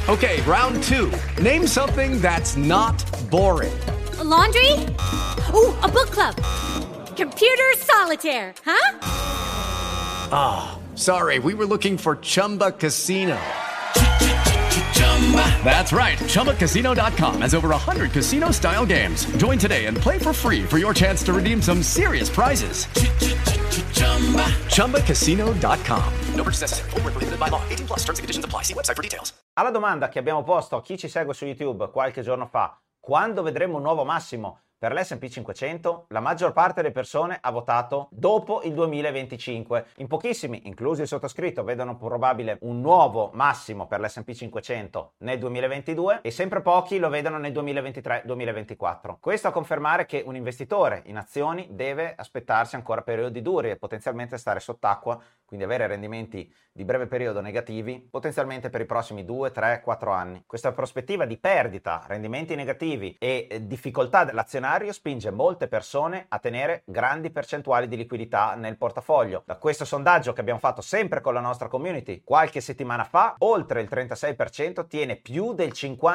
Okay, round two. Name something that's not boring. A laundry? Ooh, a book club. Computer solitaire, huh? Ah, sorry, we were looking for Chumba Casino. That's right, ChumbaCasino.com has over 100 casino-style games. Join today and play for free for your chance to redeem some serious prizes. ChumbaCasino.com. No purchase necessary. Void where prohibited by law. 18 plus. Terms and conditions apply. See website for details. Alla domanda che abbiamo posto a chi ci segue su YouTube qualche giorno fa, quando vedremo un nuovo massimo per l'S&P 500, la maggior parte delle persone ha votato dopo il 2025. In pochissimi, inclusi il sottoscritto, vedono probabile un nuovo massimo per l'S&P 500 nel 2022 e sempre pochi lo vedono nel 2023-2024. Questo a confermare che un investitore in azioni deve aspettarsi ancora periodi duri e potenzialmente stare sott'acqua, quindi avere rendimenti di breve periodo negativi, potenzialmente per i prossimi 2, 3, 4 anni. Questa prospettiva di perdita, rendimenti negativi e difficoltà dell'azionario spinge molte persone a tenere grandi percentuali di liquidità nel portafoglio. Da questo sondaggio che abbiamo fatto sempre con la nostra community qualche settimana fa, oltre il 36% tiene più del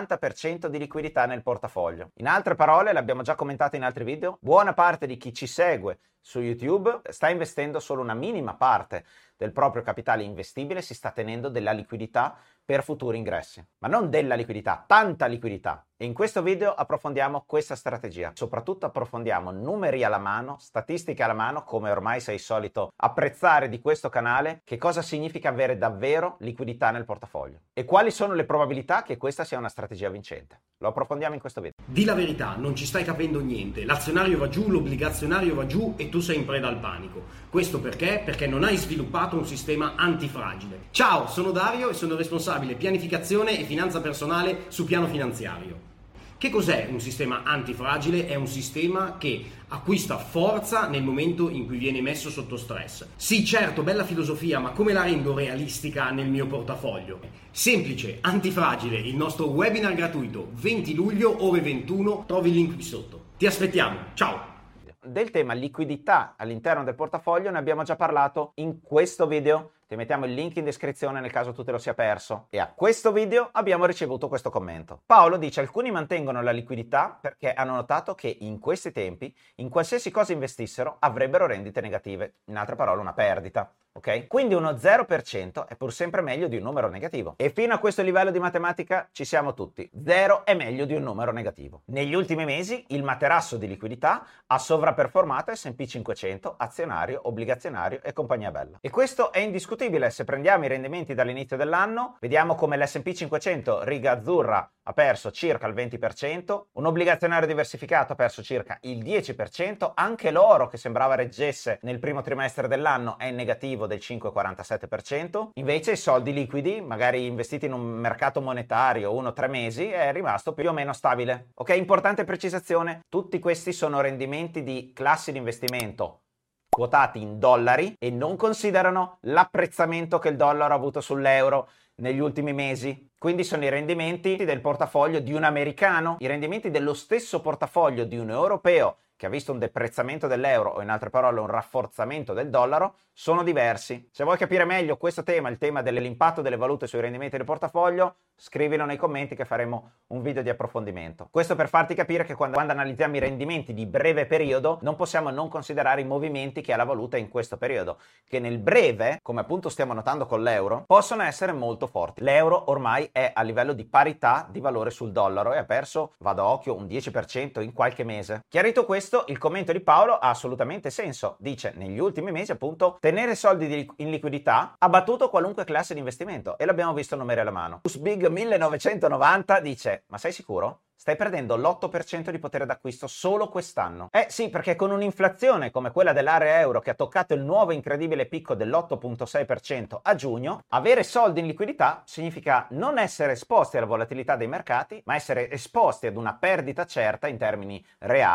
50% di liquidità nel portafoglio. In altre parole, l'abbiamo già commentato in altri video, buona parte di chi ci segue su YouTube sta investendo solo una minima parte del proprio capitale investibile, si sta tenendo della liquidità per futuri ingressi. Ma non della liquidità, tanta liquidità. E in questo video approfondiamo questa strategia. Soprattutto approfondiamo numeri alla mano, statistiche alla mano, come ormai sei solito apprezzare di questo canale, che cosa significa avere davvero liquidità nel portafoglio. E quali sono le probabilità che questa sia una strategia vincente. Lo approfondiamo in questo video. Di la verità, non ci stai capendo niente. L'azionario va giù, l'obbligazionario va giù e tu sei in preda al panico. Questo perché? Perché non hai sviluppato un sistema antifragile. Ciao, sono Dario e sono responsabile pianificazione e finanza personale su Piano Finanziario. Che cos'è un sistema antifragile? È un sistema che acquista forza nel momento in cui viene messo sotto stress. Sì, certo, bella filosofia, ma come la rendo realistica nel mio portafoglio? Semplice, antifragile, il nostro webinar gratuito, 20 luglio, ore 21, trovi il link qui sotto. Ti aspettiamo, ciao! Del tema liquidità all'interno del portafoglio ne abbiamo già parlato in questo video. Ti mettiamo il link in descrizione nel caso tu te lo sia perso. E a questo video abbiamo ricevuto questo commento. Paolo dice: alcuni mantengono la liquidità perché hanno notato che in questi tempi, in qualsiasi cosa investissero, avrebbero rendite negative. In altre parole, una perdita. Ok? Quindi uno 0% è pur sempre meglio di un numero negativo. E fino a questo livello di matematica ci siamo tutti. 0 è meglio di un numero negativo. Negli ultimi mesi il materasso di liquidità ha sovraperformato S&P 500, azionario, obbligazionario e compagnia bella. E questo è indiscutibile. Se prendiamo i rendimenti dall'inizio dell'anno, vediamo come l'S&P 500, riga azzurra, ha perso circa il 20%, un obbligazionario diversificato ha perso circa il 10%, anche l'oro che sembrava reggesse nel primo trimestre dell'anno è in negativo del 5,47%, invece i soldi liquidi, magari investiti in un mercato monetario 1-3 mesi, è rimasto più o meno stabile. Ok, importante precisazione, tutti questi sono rendimenti di classi di investimento quotati in dollari e non considerano l'apprezzamento che il dollaro ha avuto sull'euro negli ultimi mesi. Quindi sono i rendimenti del portafoglio di un americano, i rendimenti dello stesso portafoglio di un europeo che ha visto un deprezzamento dell'euro o in altre parole un rafforzamento del dollaro, sono diversi. Se vuoi capire meglio questo tema, il tema dell'impatto delle valute sui rendimenti del portafoglio, scrivilo nei commenti che faremo un video di approfondimento. Questo per farti capire che quando analizziamo i rendimenti di breve periodo non possiamo non considerare i movimenti che ha la valuta in questo periodo, che nel breve, come appunto stiamo notando con l'euro, possono essere molto forti. L'euro ormai è a livello di parità di valore sul dollaro e ha perso, vado a occhio, un 10% in qualche mese. Chiarito questo, il commento di Paolo ha assolutamente senso. Dice, negli ultimi mesi appunto, tenere soldi in liquidità ha battuto qualunque classe di investimento e l'abbiamo visto numeri alla mano. Usbig 1990 dice, ma sei sicuro? Stai perdendo l'8% di potere d'acquisto solo quest'anno. Sì, perché con un'inflazione come quella dell'area euro che ha toccato il nuovo incredibile picco dell'8,6% a giugno, avere soldi in liquidità significa non essere esposti alla volatilità dei mercati, ma essere esposti ad una perdita certa in termini reali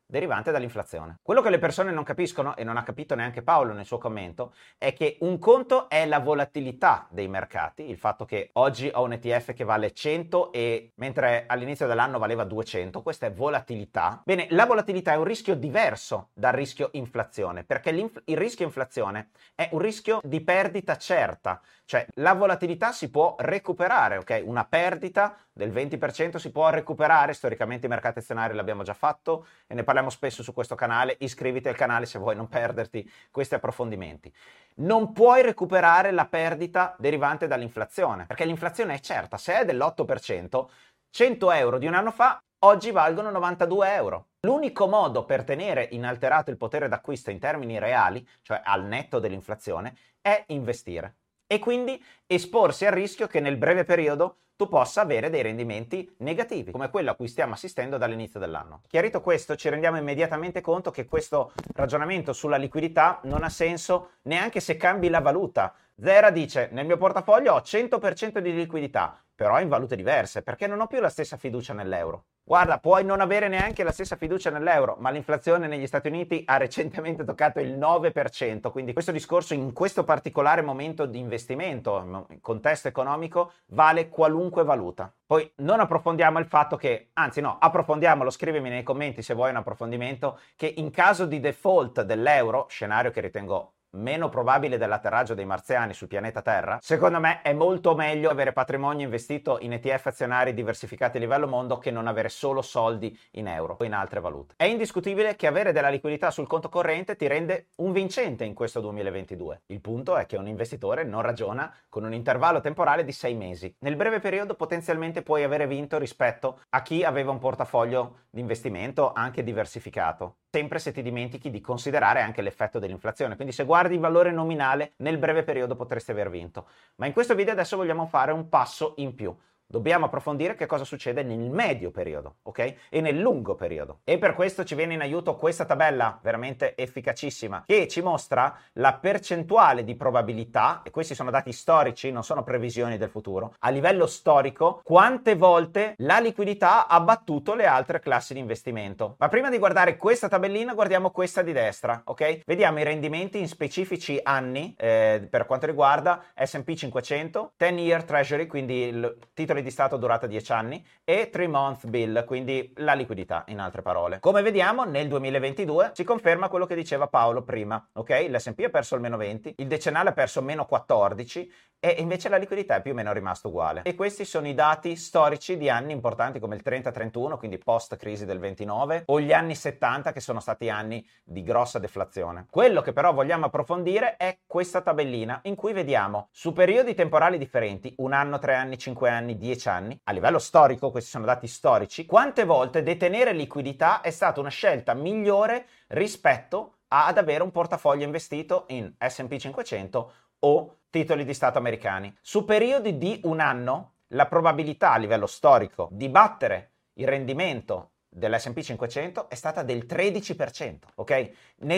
derivante dall'inflazione. Quello che le persone non capiscono, e non ha capito neanche Paolo nel suo commento, è che un conto è la volatilità dei mercati, il fatto che oggi ho un ETF che vale 100 e mentre all'inizio dell'anno valeva 200, questa è volatilità. Bene, la volatilità è un rischio diverso dal rischio inflazione, perché il rischio inflazione è un rischio di perdita certa, cioè la volatilità si può recuperare, ok? Una perdita del 20% si può recuperare, storicamente i mercati azionari l'abbiamo già fatto e ne parliamo spesso su questo canale. Iscriviti al canale se vuoi non perderti questi approfondimenti. Non puoi recuperare la perdita derivante dall'inflazione, perché l'inflazione è certa, se è dell'8%, 100 euro di un anno fa oggi valgono 92 euro. L'unico modo per tenere inalterato il potere d'acquisto in termini reali, cioè al netto dell'inflazione, è investire e quindi esporsi al rischio che nel breve periodo tu possa avere dei rendimenti negativi, come quello a cui stiamo assistendo dall'inizio dell'anno. Chiarito questo, ci rendiamo immediatamente conto che questo ragionamento sulla liquidità non ha senso neanche se cambi la valuta. Zera dice, nel mio portafoglio ho 100% di liquidità, però in valute diverse, perché non ho più la stessa fiducia nell'euro. Guarda, puoi non avere neanche la stessa fiducia nell'euro, ma l'inflazione negli Stati Uniti ha recentemente toccato il 9%, quindi questo discorso in questo particolare momento di investimento, contesto economico, vale qualunque valuta. Poi non approfondiamo il fatto che, anzi no, approfondiamolo, scrivimi nei commenti se vuoi un approfondimento, che in caso di default dell'euro, scenario che ritengo meno probabile dell'atterraggio dei marziani sul pianeta Terra, secondo me è molto meglio avere patrimonio investito in ETF azionari diversificati a livello mondo che non avere solo soldi in euro o in altre valute. È indiscutibile che avere della liquidità sul conto corrente ti rende un vincente in questo 2022. Il punto è che un investitore non ragiona con un intervallo temporale di 6 mesi. Nel breve periodo potenzialmente puoi avere vinto rispetto a chi aveva un portafoglio di investimento anche diversificato, sempre se ti dimentichi di considerare anche l'effetto dell'inflazione. Quindi se guardi il valore nominale, nel breve periodo potresti aver vinto. Ma in questo video adesso vogliamo fare un passo in più. Dobbiamo approfondire che cosa succede nel medio periodo, ok? E nel lungo periodo. E per questo ci viene in aiuto questa tabella veramente efficacissima che ci mostra la percentuale di probabilità, e questi sono dati storici, non sono previsioni del futuro, a livello storico, quante volte la liquidità ha battuto le altre classi di investimento. Ma prima di guardare questa tabellina, guardiamo questa di destra, ok? Vediamo i rendimenti in specifici anni per quanto riguarda S&P 500, 10-year Treasury, quindi il titolo di Stato durata 10 anni, e 3-month bill, quindi la liquidità in altre parole. Come vediamo nel 2022 si conferma quello che diceva Paolo prima, ok? L'S&P ha perso il meno 20, il decennale ha perso meno 14 e invece la liquidità è più o meno rimasta uguale. E questi sono i dati storici di anni importanti come il 30-31, quindi post crisi del 29, o gli anni 70 che sono stati anni di grossa deflazione. Quello che però vogliamo approfondire è questa tabellina in cui vediamo su periodi temporali differenti, 1 anno, 3 anni, 5 anni, 10 anni, a livello storico, questi sono dati storici, quante volte detenere liquidità è stata una scelta migliore rispetto ad avere un portafoglio investito in S&P 500 o titoli di Stato americani. Su periodi di 1 anno, la probabilità a livello storico di battere il rendimento dell'S&P 500 è stata del 13%, ok? Nel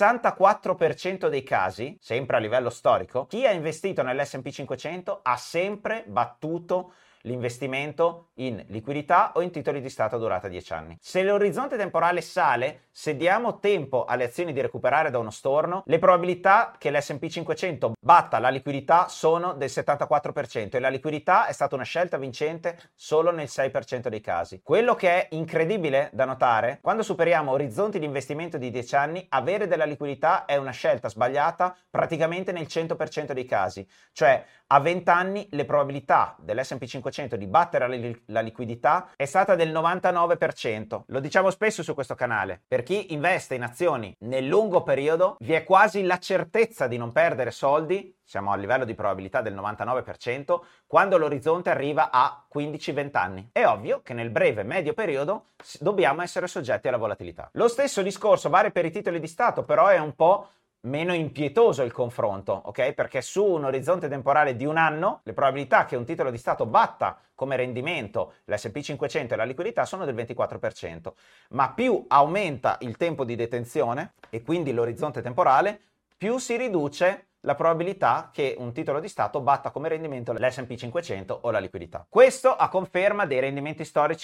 64% dei casi, sempre a livello storico, chi ha investito nell'S&P 500 ha sempre battuto l'investimento in liquidità o in titoli di Stato a durata 10 anni. Se l'orizzonte temporale sale, se diamo tempo alle azioni di recuperare da uno storno, le probabilità che l'S&P 500 batta la liquidità sono del 74% e la liquidità è stata una scelta vincente solo nel 6% dei casi. Quello che è incredibile da notare, quando superiamo orizzonti di investimento di 10 anni, avere della liquidità è una scelta sbagliata praticamente nel 100% dei casi. Cioè, a 20 anni le probabilità dell'S&P 500 di battere la liquidità è stata del 99%. Lo diciamo spesso su questo canale. Per chi investe in azioni nel lungo periodo, vi è quasi la certezza di non perdere soldi, siamo a livello di probabilità del 99%, quando l'orizzonte arriva a 15-20 anni. È ovvio che nel breve e medio periodo dobbiamo essere soggetti alla volatilità. Lo stesso discorso vale per i titoli di Stato, però è un po' meno impietoso il confronto, ok? Perché su un orizzonte temporale di 1 anno le probabilità che un titolo di Stato batta come rendimento l'S&P 500 e la liquidità sono del 24%, ma più aumenta il tempo di detenzione e quindi l'orizzonte temporale, più si riduce la probabilità che un titolo di Stato batta come rendimento l'S&P 500 o la liquidità. Questo a conferma dei rendimenti storici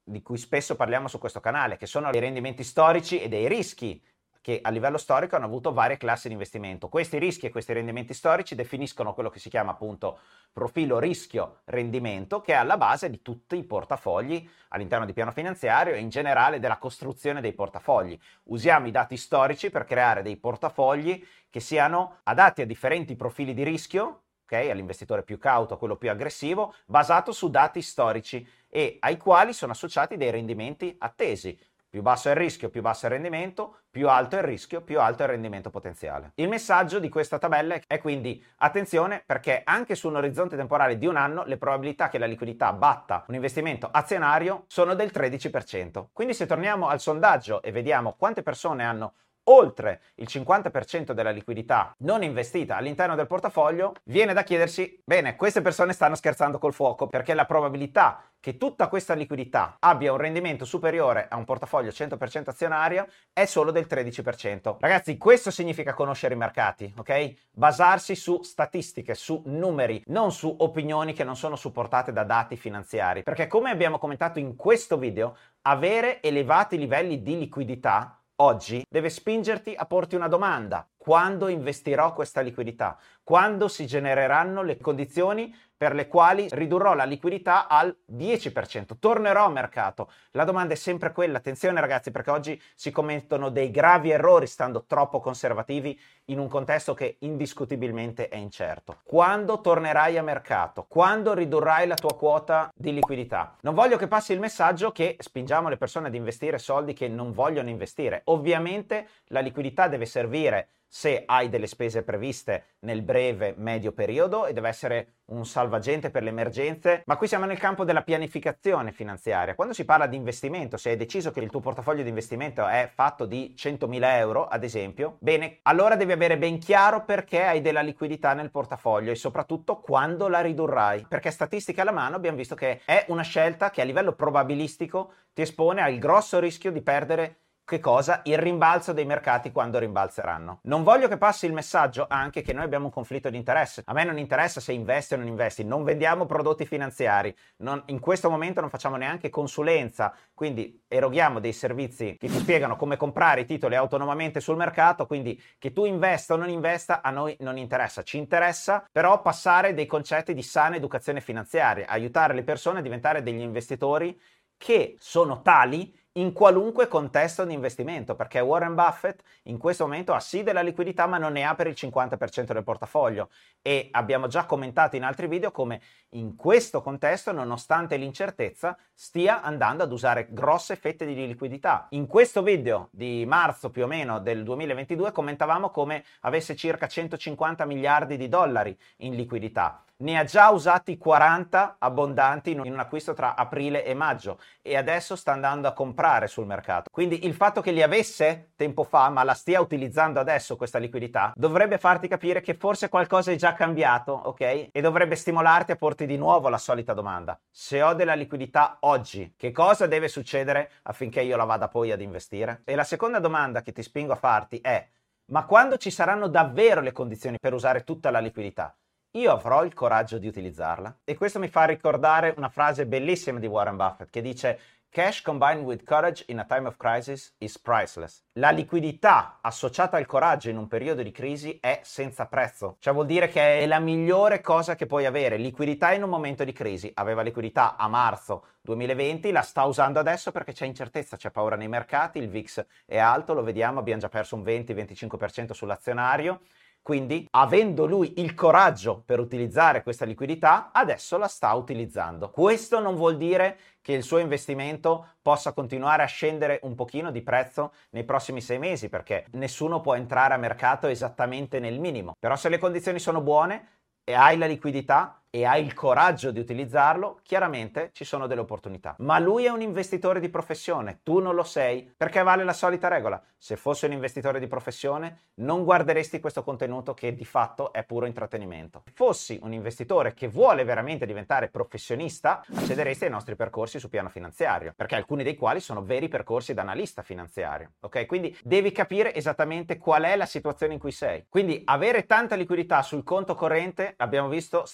di cui spesso parliamo su questo canale, che sono i rendimenti storici e dei rischi che a livello storico hanno avuto varie classi di investimento. Questi rischi e questi rendimenti storici definiscono quello che si chiama appunto profilo rischio-rendimento, che è alla base di tutti i portafogli all'interno di piano finanziario e in generale della costruzione dei portafogli. Usiamo i dati storici per creare dei portafogli che siano adatti a differenti profili di rischio, all'investitore più cauto, a quello più aggressivo, basato su dati storici e ai quali sono associati dei rendimenti attesi. Più basso è il rischio, più basso è il rendimento, più alto è il rischio, più alto è il rendimento potenziale. Il messaggio di questa tabella è quindi attenzione, perché anche su un orizzonte temporale di un anno le probabilità che la liquidità batta un investimento azionario sono del 13%. Quindi se torniamo al sondaggio e vediamo quante persone hanno oltre il 50% della liquidità non investita all'interno del portafoglio, viene da chiedersi, bene, queste persone stanno scherzando col fuoco, perché la probabilità che tutta questa liquidità abbia un rendimento superiore a un portafoglio 100% azionario è solo del 13%. Ragazzi, questo significa conoscere i mercati, ok? Basarsi su statistiche, su numeri, non su opinioni che non sono supportate da dati finanziari, perché come abbiamo commentato in questo video, avere elevati livelli di liquidità oggi deve spingerti a porti una domanda: quando investirò questa liquidità? Quando si genereranno le condizioni per le quali ridurrò la liquidità al 10%? Tornerò a mercato? La domanda è sempre quella. Attenzione ragazzi, perché oggi si commettono dei gravi errori stando troppo conservativi in un contesto che indiscutibilmente è incerto. Quando tornerai a mercato? Quando ridurrai la tua quota di liquidità? Non voglio che passi il messaggio che spingiamo le persone ad investire soldi che non vogliono investire. Ovviamente la liquidità deve servire se hai delle spese previste nel breve medio periodo e deve essere un salvagente per le emergenze, ma qui siamo nel campo della pianificazione finanziaria. Quando si parla di investimento, se hai deciso che il tuo portafoglio di investimento è fatto di 100.000 euro, ad esempio, bene, allora devi avere ben chiaro perché hai della liquidità nel portafoglio e soprattutto quando la ridurrai, perché statistica alla mano abbiamo visto che è una scelta che a livello probabilistico ti espone al grosso rischio di perdere che cosa? Il rimbalzo dei mercati quando rimbalzeranno. Non voglio che passi il messaggio anche che noi abbiamo un conflitto di interesse. A me non interessa se investi o non investi, non vendiamo prodotti finanziari, in questo momento non facciamo neanche consulenza, quindi eroghiamo dei servizi che ti spiegano come comprare i titoli autonomamente sul mercato, quindi che tu investa o non investa a noi non interessa. Ci interessa però passare dei concetti di sana educazione finanziaria, aiutare le persone a diventare degli investitori che sono tali in qualunque contesto di investimento, perché Warren Buffett in questo momento ha sì della liquidità ma non ne ha per il 50% del portafoglio e abbiamo già commentato in altri video come in questo contesto, nonostante l'incertezza, stia andando ad usare grosse fette di liquidità. In questo video di marzo più o meno del 2022 commentavamo come avesse circa 150 miliardi di dollari in liquidità. Ne ha già usati 40 abbondanti in un acquisto tra aprile e maggio e adesso sta andando a comprare sul mercato. Quindi il fatto che li avesse tempo fa ma la stia utilizzando adesso questa liquidità dovrebbe farti capire che forse qualcosa è già cambiato, ok? E dovrebbe stimolarti a porti di nuovo la solita domanda: se ho della liquidità oggi, che cosa deve succedere affinché io la vada poi ad investire? E la seconda domanda che ti spingo a farti è: ma quando ci saranno davvero le condizioni per usare tutta la liquidità, io avrò il coraggio di utilizzarla? E questo mi fa ricordare una frase bellissima di Warren Buffett che dice: Cash combined with courage in a time of crisis is priceless. La liquidità associata al coraggio in un periodo di crisi è senza prezzo. Cioè vuol dire che è la migliore cosa che puoi avere. Liquidità in un momento di crisi. Aveva liquidità a marzo 2020, la sta usando adesso perché c'è incertezza, c'è paura nei mercati, il VIX è alto, lo vediamo, abbiamo già perso un 20-25% sull'azionario. Quindi, avendo lui il coraggio per utilizzare questa liquidità, adesso la sta utilizzando. Questo non vuol dire che il suo investimento possa continuare a scendere un pochino di prezzo nei prossimi 6 mesi, perché nessuno può entrare a mercato esattamente nel minimo. Però se le condizioni sono buone e hai la liquidità e hai il coraggio di utilizzarlo, chiaramente ci sono delle opportunità. Ma lui è un investitore di professione, tu non lo sei, perché vale la solita regola: se fossi un investitore di professione non guarderesti questo contenuto che di fatto è puro intrattenimento. Se fossi un investitore che vuole veramente diventare professionista, accederesti ai nostri percorsi su piano finanziario, perché alcuni dei quali sono veri percorsi da analista finanziario, ok? Quindi devi capire esattamente qual è la situazione in cui sei. Quindi avere tanta liquidità sul conto corrente, abbiamo visto statistica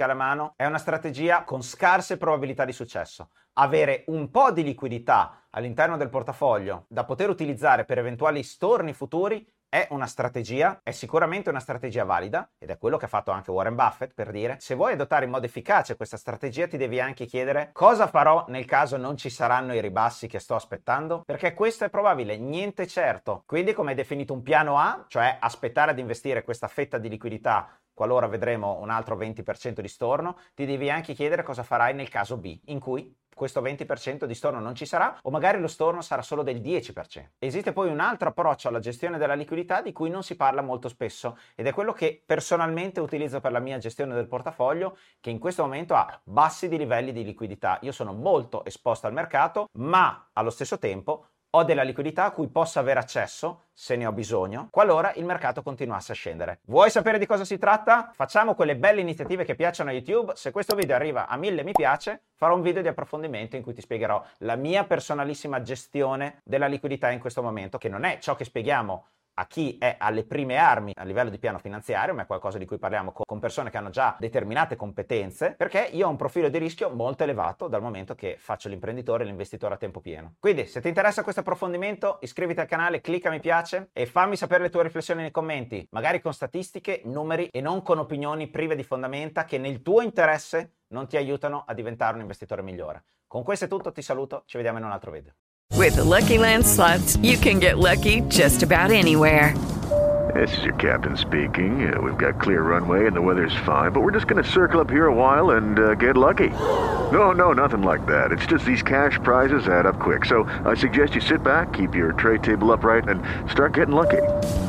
alla mano, è una strategia con scarse probabilità di successo. Avere un po' di liquidità all'interno del portafoglio da poter utilizzare per eventuali storni futuri è una strategia, è sicuramente una strategia valida, ed è quello che ha fatto anche Warren Buffett, per dire. Se vuoi adottare in modo efficace questa strategia ti devi anche chiedere cosa farò nel caso non ci saranno i ribassi che sto aspettando, perché questo è probabile, niente certo. Quindi, come hai definito un piano A, cioè aspettare ad investire questa fetta di liquidità qualora vedremo un altro 20% di storno, ti devi anche chiedere cosa farai nel caso B, in cui questo 20% di storno non ci sarà, o magari lo storno sarà solo del 10%. Esiste poi un altro approccio alla gestione della liquidità di cui non si parla molto spesso, ed è quello che personalmente utilizzo per la mia gestione del portafoglio, che in questo momento ha bassi di livelli di liquidità. Io sono molto esposto al mercato, ma allo stesso tempo ho della liquidità a cui posso avere accesso, se ne ho bisogno, qualora il mercato continuasse a scendere. Vuoi sapere di cosa si tratta? Facciamo quelle belle iniziative che piacciono a YouTube. Se questo video arriva a 1000 mi piace, farò un video di approfondimento in cui ti spiegherò la mia personalissima gestione della liquidità in questo momento, che non è ciò che spieghiamo a chi è alle prime armi a livello di piano finanziario, ma è qualcosa di cui parliamo con persone che hanno già determinate competenze, perché io ho un profilo di rischio molto elevato dal momento che faccio l'imprenditore e l'investitore a tempo pieno. Quindi, se ti interessa questo approfondimento, iscriviti al canale, clicca mi piace e fammi sapere le tue riflessioni nei commenti, magari con statistiche, numeri e non con opinioni prive di fondamenta che nel tuo interesse non ti aiutano a diventare un investitore migliore. Con questo è tutto, ti saluto, ci vediamo in un altro video. With the Lucky Land Slots, you can get lucky just about anywhere. This is your captain speaking. We've got clear runway and the weather's fine, but we're just going to circle up here a while and get lucky. No, nothing like that. It's just these cash prizes add up quick. So I suggest you sit back, keep your tray table upright, and start getting lucky.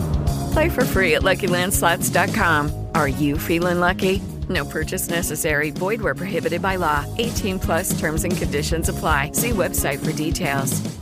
Play for free at LuckyLandSlots.com. Are you feeling lucky? No purchase necessary. Void where prohibited by law. 18+ terms and conditions apply. See website for details.